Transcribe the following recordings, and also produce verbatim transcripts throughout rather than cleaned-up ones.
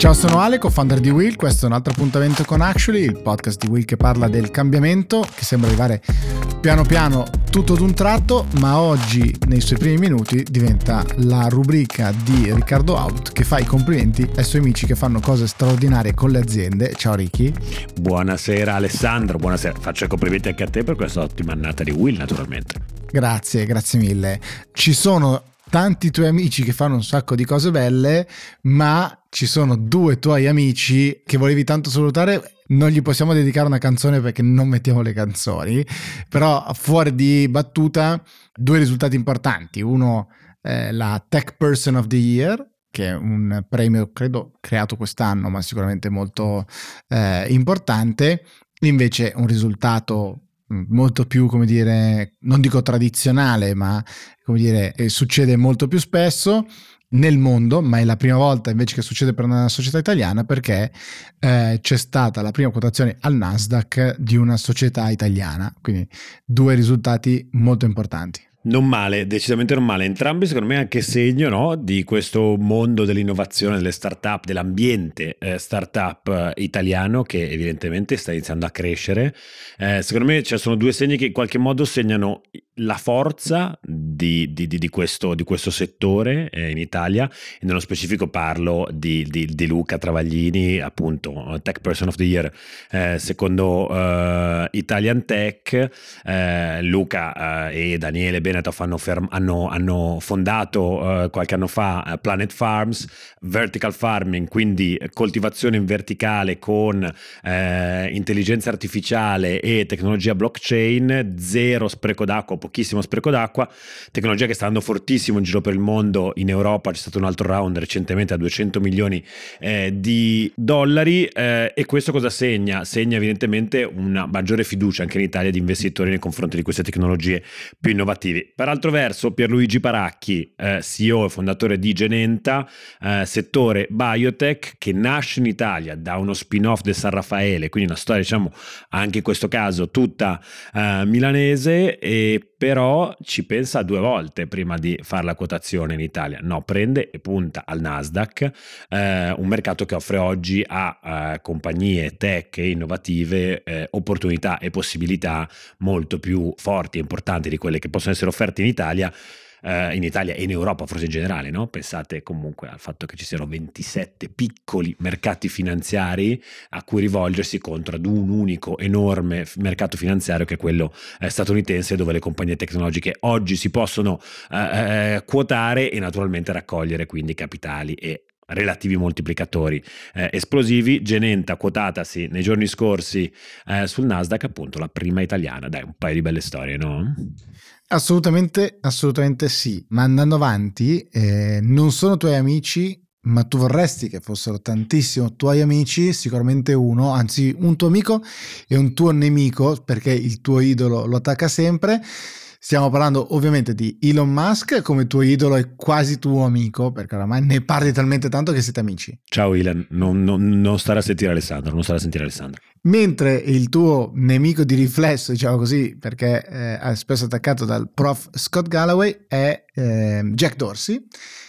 Ciao, sono Ale, co-founder di Will. Questo è un altro appuntamento con Actually, il podcast di Will che parla del cambiamento, che sembra arrivare piano piano tutto d'un tratto, ma oggi nei suoi primi minuti diventa la rubrica di Riccardo Out, che fa i complimenti ai suoi amici che fanno cose straordinarie con le aziende. Ciao Ricky. Buonasera Alessandro, buonasera. Faccio i complimenti anche a te per questa ottima annata di Will, naturalmente. Grazie, grazie mille. Ci sono tanti tuoi amici che fanno un sacco di cose belle, ma ci sono due tuoi amici che volevi tanto salutare. Non gli possiamo dedicare una canzone perché non mettiamo le canzoni, però fuori di battuta due risultati importanti. Uno, eh, la Tech Person of the Year, che è un premio credo creato quest'anno ma sicuramente molto eh, importante. Invece un risultato molto più, come dire, non dico tradizionale, ma come dire, eh, succede molto più spesso nel mondo, ma è la prima volta invece che succede per una società italiana, perché eh, c'è stata la prima quotazione al Nasdaq di una società italiana, quindi due risultati molto importanti. Non male, decisamente non male. Entrambi secondo me anche segno, no, di questo mondo dell'innovazione, delle start-up, dell'ambiente eh, start-up eh, italiano che evidentemente sta iniziando a crescere. Eh, secondo me ci sono due segni che in qualche modo segnano la forza di, di, di, di, questo, di questo settore eh, in Italia, e nello specifico parlo di, di, di Luca Travaglini, appunto Tech Person of the Year eh, secondo uh, Italian Tech. eh, Luca uh, e Daniele Benetoff hanno, ferm- hanno, hanno fondato uh, qualche anno fa uh, Planet Farms, vertical farming, quindi coltivazione in verticale con uh, intelligenza artificiale e tecnologia blockchain, zero spreco d'acqua, pochissimo spreco d'acqua, tecnologia che sta andando fortissimo in giro per il mondo. In Europa c'è stato un altro round recentemente a duecento milioni eh, di dollari eh, e questo cosa segna? Segna evidentemente una maggiore fiducia anche in Italia di investitori nei confronti di queste tecnologie più innovativi. Per altro verso Pierluigi Paracchi, eh, C E O e fondatore di Genenta, eh, settore biotech, che nasce in Italia da uno spin-off del San Raffaele, quindi una storia diciamo anche in questo caso tutta eh, milanese, e però ci pensa due volte prima di fare la quotazione in Italia. No, prende e punta al Nasdaq, eh, un mercato che offre oggi a eh, compagnie tech e innovative eh, opportunità e possibilità molto più forti e importanti di quelle che possono essere offerte in Italia. Uh, in Italia e in Europa forse in generale, no? Pensate comunque al fatto che ci siano ventisette piccoli mercati finanziari a cui rivolgersi contro ad un unico enorme mercato finanziario che è quello eh, statunitense, dove le compagnie tecnologiche oggi si possono uh, uh, quotare e naturalmente raccogliere quindi capitali e relativi moltiplicatori eh, esplosivi. Genenta quotatasi nei giorni scorsi eh, sul Nasdaq, appunto la prima italiana. Dai, un paio di belle storie, no? Assolutamente, assolutamente sì, ma andando avanti, eh, non sono tuoi amici, ma tu vorresti che fossero tantissimo tuoi amici, sicuramente uno, anzi un tuo amico e un tuo nemico, perché il tuo idolo lo attacca sempre. Stiamo parlando ovviamente di Elon Musk, come tuo idolo e quasi tuo amico, perché oramai ne parli talmente tanto che siete amici. Ciao Elon, non, non, non stare a sentire Alessandro, non stare a sentire Alessandro. Mentre il tuo nemico di riflesso, diciamo così, perché eh, è spesso attaccato dal prof Scott Galloway, è eh, Jack Dorsey,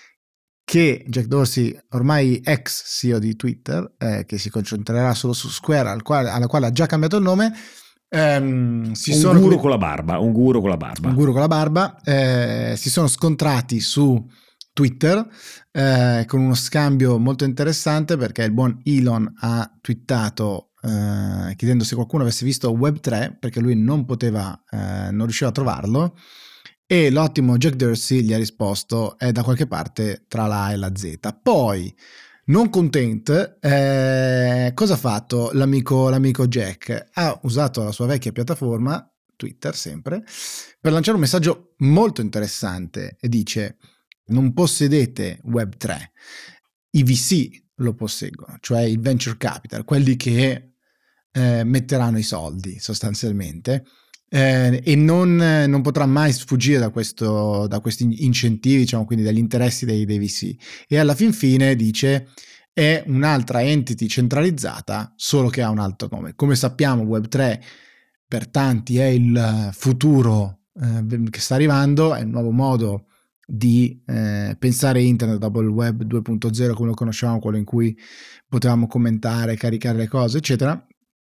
che Jack Dorsey, ormai ex C E O di Twitter, eh, che si concentrerà solo su Square, al quale, alla quale ha già cambiato il nome. Um, si un sono guru con la barba, un guru con la barba. Un guru con la barba, eh, si sono scontrati su Twitter eh, con uno scambio molto interessante, perché il buon Elon ha twittato eh, chiedendo se qualcuno avesse visto Web tre, perché lui non poteva, eh, non riusciva a trovarlo, e l'ottimo Jack Dorsey gli ha risposto: è da qualche parte tra la A e la Z. Poi, non content, eh, cosa ha fatto l'amico, l'amico Jack? Ha usato la sua vecchia piattaforma, Twitter sempre, per lanciare un messaggio molto interessante, e dice: non possedete Web tre, i V C lo posseggono, cioè il venture capital, quelli che eh, metteranno i soldi sostanzialmente, eh, e non, non potrà mai sfuggire da, questo, da questi incentivi, diciamo, quindi dagli interessi dei, dei V C. E alla fin fine dice: è un'altra entity centralizzata, solo che ha un altro nome. Come sappiamo, Web tre per tanti è il futuro eh, che sta arrivando, è il nuovo modo di eh, pensare internet dopo il web due punto zero come lo conoscevamo, quello in cui potevamo commentare, caricare le cose eccetera,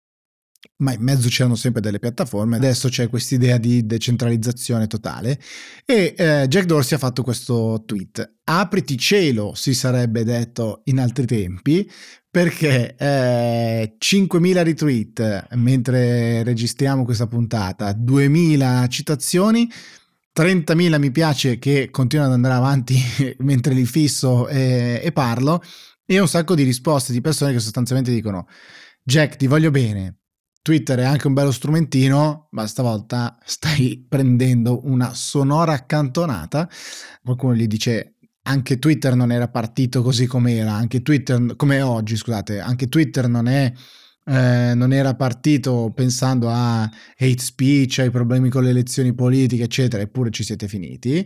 ma in mezzo c'erano sempre delle piattaforme. Adesso c'è quest'idea di decentralizzazione totale e eh, Jack Dorsey ha fatto questo tweet: apriti cielo, si sarebbe detto in altri tempi, perché eh, cinquemila retweet mentre registriamo questa puntata, duemila citazioni, trentamila mi piace che continuano ad andare avanti mentre li fisso e, e parlo, e un sacco di risposte di persone che sostanzialmente dicono: Jack, ti voglio bene, Twitter è anche un bello strumentino, ma stavolta stai prendendo una sonora accantonata. Qualcuno gli dice: anche Twitter non era partito così com'era, anche Twitter, come oggi, scusate, anche Twitter non è eh, non era partito pensando a hate speech, ai problemi con le elezioni politiche, eccetera, eppure ci siete finiti.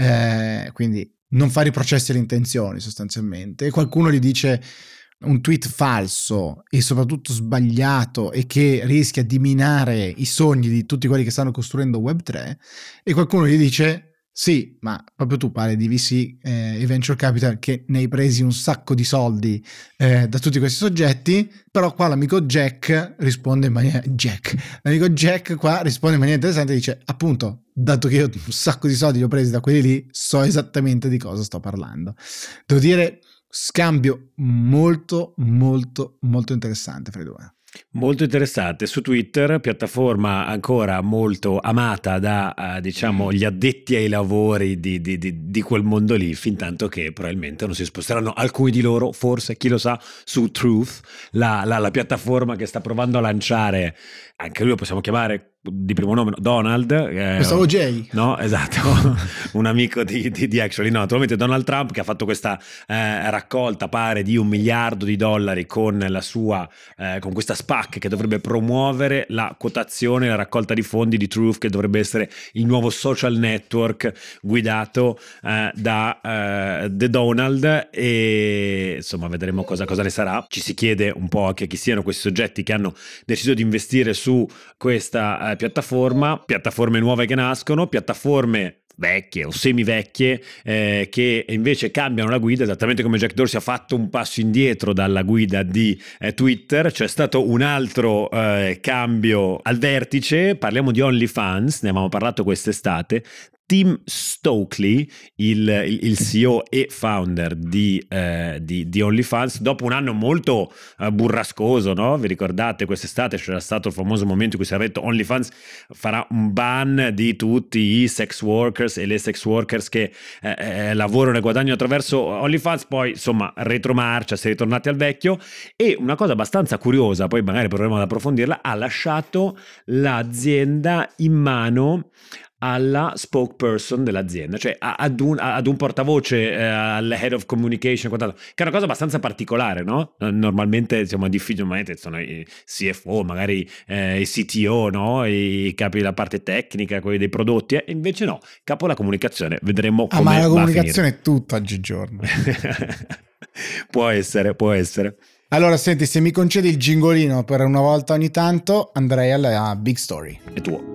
Eh, quindi non fare i processi alle intenzioni, sostanzialmente. E qualcuno gli dice un tweet falso e soprattutto sbagliato e che rischia di minare i sogni di tutti quelli che stanno costruendo web tre, e qualcuno gli dice: sì, ma proprio tu parli di V C eh, e venture capital che ne hai presi un sacco di soldi eh, da tutti questi soggetti, però qua l'amico Jack risponde in maniera Jack, l'amico Jack qua risponde in maniera interessante e dice: appunto, dato che io un sacco di soldi li ho presi da quelli lì, so esattamente di cosa sto parlando. Devo dire, scambio molto molto molto interessante fra i due. Molto interessante. Su Twitter, piattaforma ancora molto amata da uh, diciamo gli addetti ai lavori di, di, di, di quel mondo lì, fin tanto che probabilmente non si sposteranno alcuni di loro, forse, chi lo sa, su Truth, la, la, la piattaforma che sta provando a lanciare, anche lui lo possiamo chiamare di primo nome, Donald, eh, pensavo Jay, no, esatto, un amico di, di, di Actually, no, naturalmente Donald Trump, che ha fatto questa eh, raccolta pare di un miliardo di dollari con la sua eh, con questa SPAC che dovrebbe promuovere la quotazione, la raccolta di fondi di Truth, che dovrebbe essere il nuovo social network guidato eh, da eh, The Donald, e insomma vedremo cosa, cosa ne sarà. Ci si chiede un po' anche chi siano questi soggetti che hanno deciso di investire su questa eh, piattaforma, piattaforme nuove che nascono, piattaforme vecchie o semivecchie eh, che invece cambiano la guida, esattamente come Jack Dorsey ha fatto un passo indietro dalla guida di eh, Twitter. C'è stato un altro eh, cambio al vertice, parliamo di OnlyFans, ne avevamo parlato quest'estate. Tim Stokely, il, il, il C E O e founder di, eh, di, di OnlyFans, dopo un anno molto eh, burrascoso, no? Vi ricordate quest'estate c'era stato il famoso momento in cui si era detto OnlyFans farà un ban di tutti i sex workers e le sex workers che eh, eh, lavorano e guadagnano attraverso OnlyFans, poi insomma retromarcia, si è ritornati al vecchio. E una cosa abbastanza curiosa, poi magari proveremo ad approfondirla, ha lasciato l'azienda in mano alla spokesperson dell'azienda, cioè ad un, ad un portavoce, eh, al head of communication, che è una cosa abbastanza particolare, no? Normalmente diciamo è difficile, normalmente sono i C F O, magari eh, i C T O, no? I capi della parte tecnica, quelli dei prodotti, e eh? invece no, capo della comunicazione. Vedremo come ah, ma la va comunicazione è tutta oggigiorno. Può essere, può essere. Allora senti, se mi concedi il gingolino per una volta ogni tanto, andrei alla Big Story. È tuo.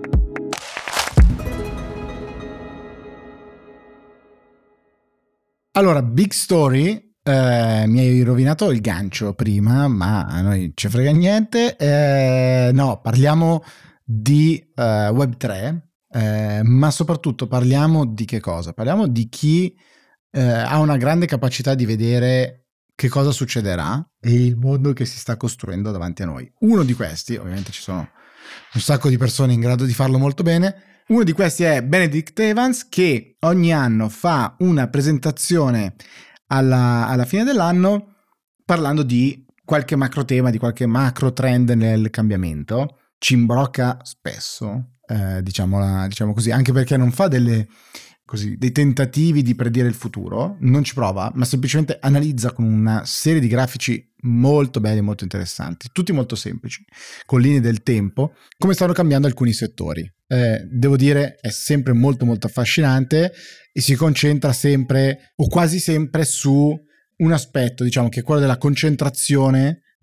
Allora, Big Story, eh, mi hai rovinato il gancio prima, ma a noi ci frega niente. Eh, no, parliamo di eh, web tre, eh, ma soprattutto parliamo di che cosa? Parliamo di chi eh, ha una grande capacità di vedere che cosa succederà e il mondo che si sta costruendo davanti a noi. Uno di questi, ovviamente ci sono un sacco di persone in grado di farlo molto bene. Uno di questi è Benedict Evans, che ogni anno fa una presentazione alla, alla fine dell'anno parlando di qualche macro tema, di qualche macro trend nel cambiamento. Ci imbrocca spesso, eh, diciamola, diciamo così, anche perché non fa delle, così, dei tentativi di predire il futuro, non ci prova, ma semplicemente analizza con una serie di grafici molto belli e molto interessanti, tutti molto semplici, con linee del tempo, come stanno cambiando alcuni settori. Eh, devo dire, è sempre molto molto affascinante e si concentra sempre o quasi sempre su un aspetto, diciamo, che è quello della concentrazione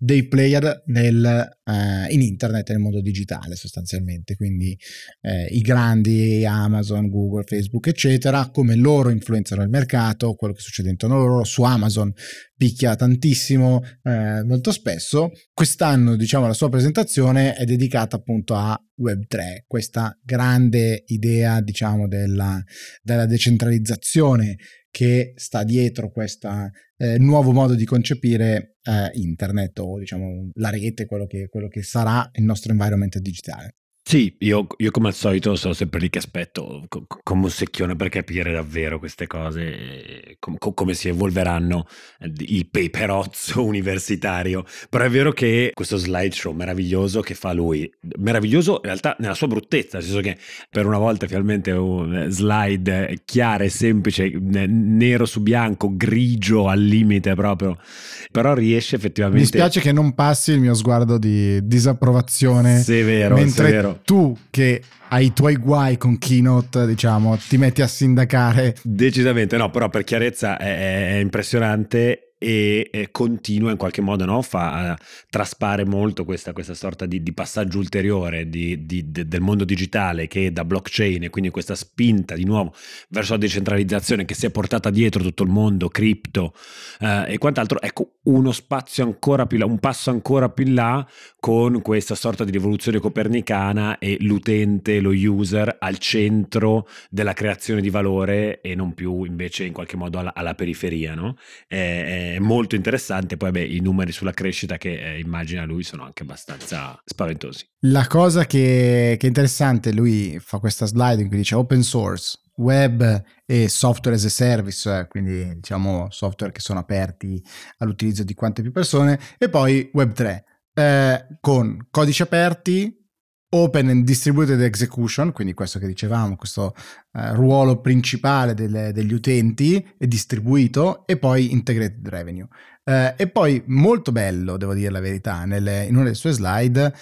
dei player nel, eh, in internet, nel mondo digitale sostanzialmente, quindi eh, i grandi Amazon, Google, Facebook eccetera, come loro influenzano il mercato, quello che succede intorno a loro. Su Amazon picchia tantissimo eh, molto spesso. Quest'anno, diciamo, la sua presentazione è dedicata appunto a web tre, questa grande idea, diciamo, della, della decentralizzazione che sta dietro questo eh, nuovo modo di concepire eh, internet, o diciamo la rete, quello che, quello che sarà il nostro environment digitale. Sì, io, io come al solito sono sempre lì che aspetto co- come un secchione per capire davvero queste cose, e com- com- come si evolveranno eh, il paperozzo universitario. Però è vero che questo slideshow meraviglioso che fa lui, meraviglioso in realtà nella sua bruttezza, nel senso che per una volta finalmente un slide chiaro e semplice, nero su bianco, grigio al limite proprio, però riesce effettivamente... Mi spiace che non passi il mio sguardo di disapprovazione, severo, mentre severo. Tu che hai i tuoi guai con Keynote, diciamo, ti metti a sindacare. Decisamente no, però per chiarezza è, è impressionante e, e continua in qualche modo, no? Fa uh, traspare molto questa, questa sorta di, di passaggio ulteriore di, di, de, del mondo digitale, che da blockchain, e quindi questa spinta di nuovo verso la decentralizzazione che si è portata dietro tutto il mondo cripto uh, e quant'altro. Ecco, uno spazio ancora più là, un passo ancora più in là, con questa sorta di rivoluzione copernicana e l'utente, lo user al centro della creazione di valore e non più invece in qualche modo alla, alla periferia, no? È, è molto interessante. Poi beh, i numeri sulla crescita che eh, immagina lui sono anche abbastanza spaventosi. La cosa che, che è interessante, lui fa questa slide in cui dice open source, web e software as a service, quindi diciamo software che sono aperti all'utilizzo di quante più persone, e poi web tre eh, con codici aperti, open and distributed execution, quindi questo che dicevamo, questo eh, ruolo principale delle, degli utenti, è distribuito, e poi integrated revenue. Eh, e poi molto bello, devo dire la verità, nelle, in una delle sue slide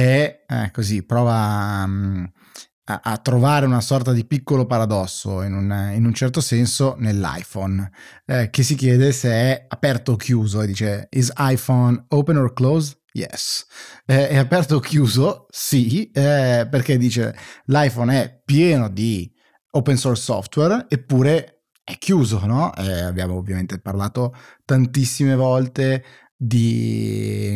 è eh, così, prova um, a, a trovare una sorta di piccolo paradosso in un, in un certo senso nell'iPhone, eh, che si chiede se è aperto o chiuso, e dice is iPhone open or closed? Yes. Eh, è aperto o chiuso? Sì, eh, perché dice l'iPhone è pieno di open source software, eppure è chiuso, no? Eh, abbiamo ovviamente parlato tantissime volte di,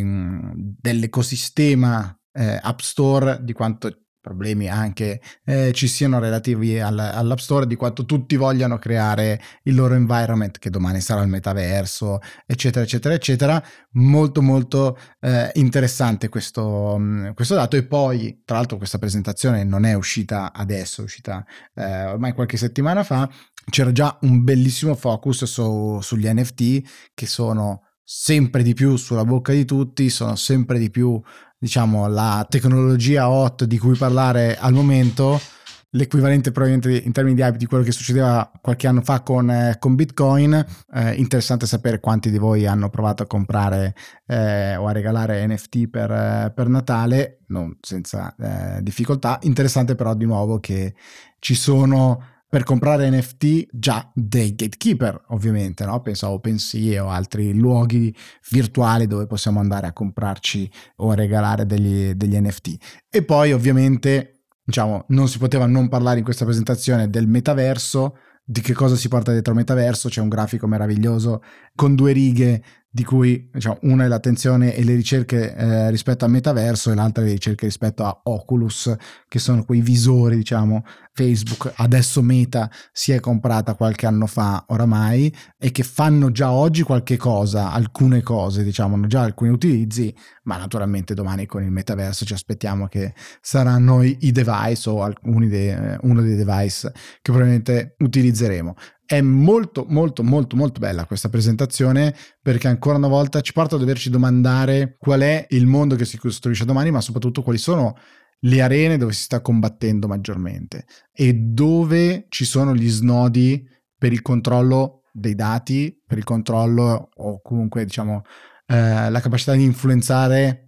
dell'ecosistema eh, App Store, di quanto problemi anche eh, ci siano relativi al, all'App Store, di quanto tutti vogliano creare il loro environment, che domani sarà il metaverso, eccetera eccetera eccetera. Molto molto eh, interessante questo, questo dato. E poi tra l'altro questa presentazione non è uscita adesso, è uscita eh, ormai qualche settimana fa. C'era già un bellissimo focus su, sugli N F T, che sono sempre di più sulla bocca di tutti, sono sempre di più, diciamo, la tecnologia hot di cui parlare al momento, l'equivalente probabilmente in termini di hype di quello che succedeva qualche anno fa con, eh, con Bitcoin. Eh, interessante sapere quanti di voi hanno provato a comprare eh, o a regalare N F T per, eh, per Natale, non senza eh, difficoltà. Interessante però di nuovo che ci sono per comprare N F T già dei gatekeeper, ovviamente, no? Penso a OpenSea o altri luoghi virtuali dove possiamo andare a comprarci o a regalare degli, degli N F T. E poi ovviamente, diciamo, non si poteva non parlare in questa presentazione del metaverso, di che cosa si porta dietro il metaverso. C'è un grafico meraviglioso con due righe, di cui, diciamo, una è l'attenzione e le ricerche eh, rispetto al metaverso, e l'altra le ricerche rispetto a Oculus, che sono quei visori, diciamo, Facebook, adesso Meta si è comprata qualche anno fa oramai, e che fanno già oggi qualche cosa, alcune cose, diciamo, hanno già alcuni utilizzi, ma naturalmente domani con il metaverso ci aspettiamo che saranno i, i device o alcuni dei, eh, uno dei device che probabilmente utilizzeremo. È molto molto molto molto bella questa presentazione, perché ancora una volta ci porta a doverci domandare qual è il mondo che si costruisce domani, ma soprattutto quali sono le arene dove si sta combattendo maggiormente e dove ci sono gli snodi per il controllo dei dati, per il controllo o comunque, diciamo, eh, la capacità di influenzare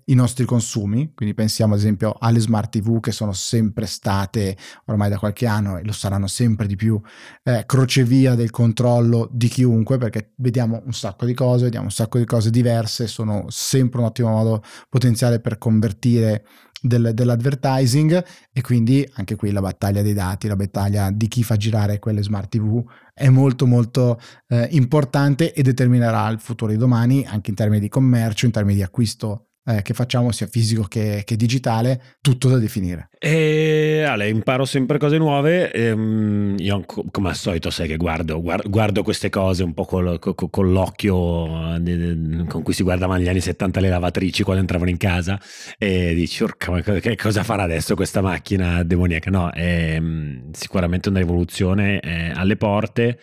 i nostri consumi, quindi pensiamo ad esempio alle smart tivù che sono sempre state ormai da qualche anno e lo saranno sempre di più eh, crocevia del controllo di chiunque, perché vediamo un sacco di cose, vediamo un sacco di cose diverse, sono sempre un ottimo modo potenziale per convertire del, dell'advertising, e quindi anche qui la battaglia dei dati, la battaglia di chi fa girare quelle smart tivù è molto molto eh, importante e determinerà il futuro di domani anche in termini di commercio, in termini di acquisto eh, che facciamo sia fisico che, che digitale, tutto da definire. E Ale, imparo sempre cose nuove. Ehm, io come al solito sai che guardo, guardo, guardo queste cose un po' col, col, con l'occhio eh, con cui si guardavano negli anni settanta le lavatrici quando entravano in casa e dici urca, ma che cosa farà adesso questa macchina demoniaca? No, è sicuramente una rivoluzione eh, alle porte,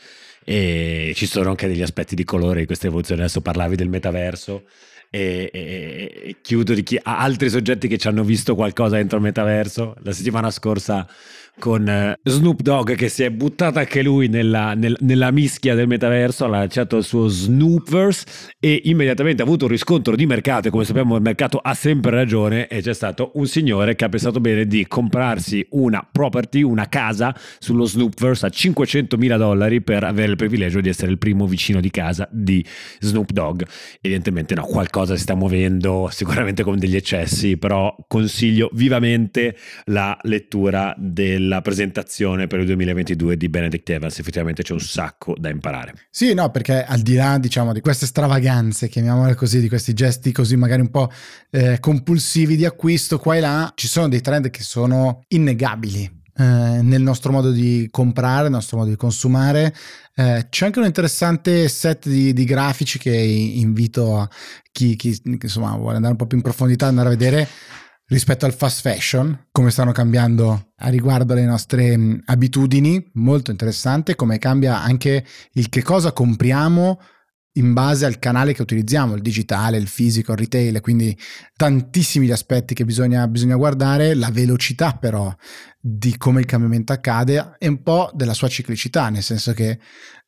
e ci sono anche degli aspetti di colore di questa evoluzione. Adesso parlavi del metaverso. E, e, e chiudo di chi ha altri soggetti che ci hanno visto qualcosa dentro il metaverso. La settimana scorsa con uh, Snoop Dogg che si è buttato anche lui nella, nel, nella mischia del metaverso, ha lanciato il suo Snoopverse e immediatamente ha avuto un riscontro di mercato, e come sappiamo il mercato ha sempre ragione, e c'è stato un signore che ha pensato bene di comprarsi una property, una casa sullo Snoopverse a cinquecentomila dollari per avere il privilegio di essere il primo vicino di casa di Snoop Dogg. Evidentemente no, qualcosa si sta muovendo, sicuramente con degli eccessi, però consiglio vivamente la lettura del la presentazione per il duemilaventidue di Benedict Evans. Effettivamente c'è un sacco da imparare. Sì, no, perché al di là, diciamo, di queste stravaganze, chiamiamole così, di questi gesti così magari un po' eh, compulsivi di acquisto qua e là, ci sono dei trend che sono innegabili eh, nel nostro modo di comprare, nel nostro modo di consumare. Eh, c'è anche un interessante set di, di grafici che invito a chi, chi insomma vuole andare un po' più in profondità ad andare a vedere rispetto al fast fashion, come stanno cambiando a riguardo le nostre mh, abitudini. Molto interessante come cambia anche il che cosa compriamo in base al canale che utilizziamo, il digitale, il fisico, il retail, quindi tantissimi gli aspetti che bisogna, bisogna guardare. La velocità però di come il cambiamento accade è un po' della sua ciclicità, nel senso che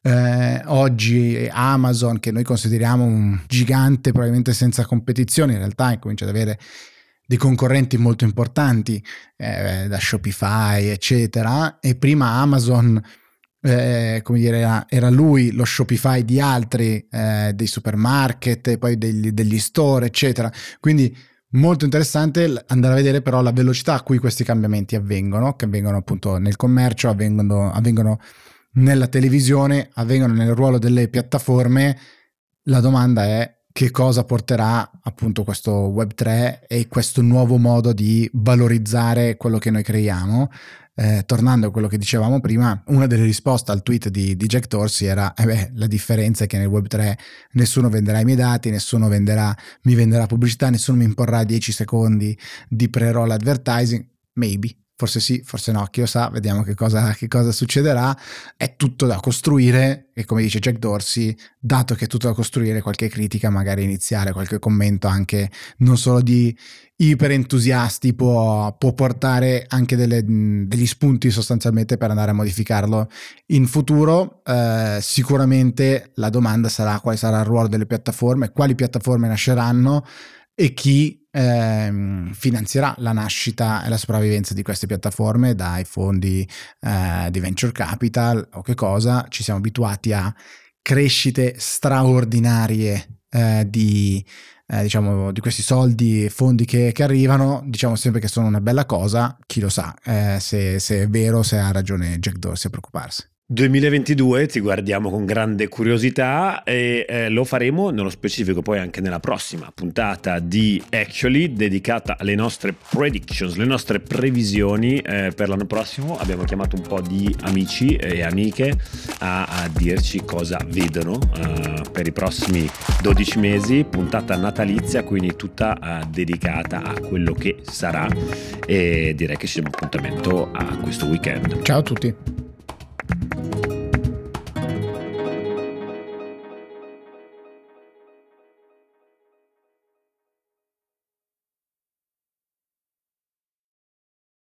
eh, oggi Amazon, che noi consideriamo un gigante probabilmente senza competizione, in realtà comincia ad avere dei concorrenti molto importanti eh, da Shopify eccetera, e prima Amazon eh, come dire era, era lui lo Shopify di altri eh, dei supermarket e poi degli, degli store eccetera, quindi molto interessante andare a vedere però la velocità a cui questi cambiamenti avvengono, che avvengono appunto nel commercio, avvengono, avvengono nella televisione, avvengono nel ruolo delle piattaforme. La domanda è: che cosa porterà appunto questo web tre e questo nuovo modo di valorizzare quello che noi creiamo? Eh, tornando a quello che dicevamo prima, una delle risposte al tweet di, di Jack Dorsey era eh beh, la differenza è che nel web tre nessuno venderà i miei dati, nessuno venderà, mi venderà pubblicità, nessuno mi imporrà dieci secondi di pre-roll advertising. Maybe. Forse sì, forse no, chi lo sa, vediamo che cosa, che cosa succederà. È tutto da costruire e, come dice Jack Dorsey, dato che è tutto da costruire, qualche critica magari iniziale, qualche commento anche non solo di iperentusiasti può, può portare anche delle, degli spunti sostanzialmente per andare a modificarlo in futuro. Eh, sicuramente la domanda sarà quale sarà il ruolo delle piattaforme, quali piattaforme nasceranno e chi eh, finanzierà la nascita e la sopravvivenza di queste piattaforme, dai fondi eh, di venture capital o che cosa. Ci siamo abituati a crescite straordinarie eh, di, eh, diciamo, di questi soldi e fondi che, che arrivano. Diciamo sempre che sono una bella cosa, chi lo sa eh, se, se è vero, se ha ragione Jack Dorsey a preoccuparsi. duemilaventidue ti guardiamo con grande curiosità e eh, lo faremo nello specifico poi anche nella prossima puntata di Actually, dedicata alle nostre predictions, le nostre previsioni eh, per l'anno prossimo. Abbiamo chiamato un po' di amici e amiche a, a dirci cosa vedono eh, per i prossimi dodici mesi, puntata natalizia, quindi tutta eh, dedicata a quello che sarà, e direi che ci diamo appuntamento a questo weekend. Ciao a tutti.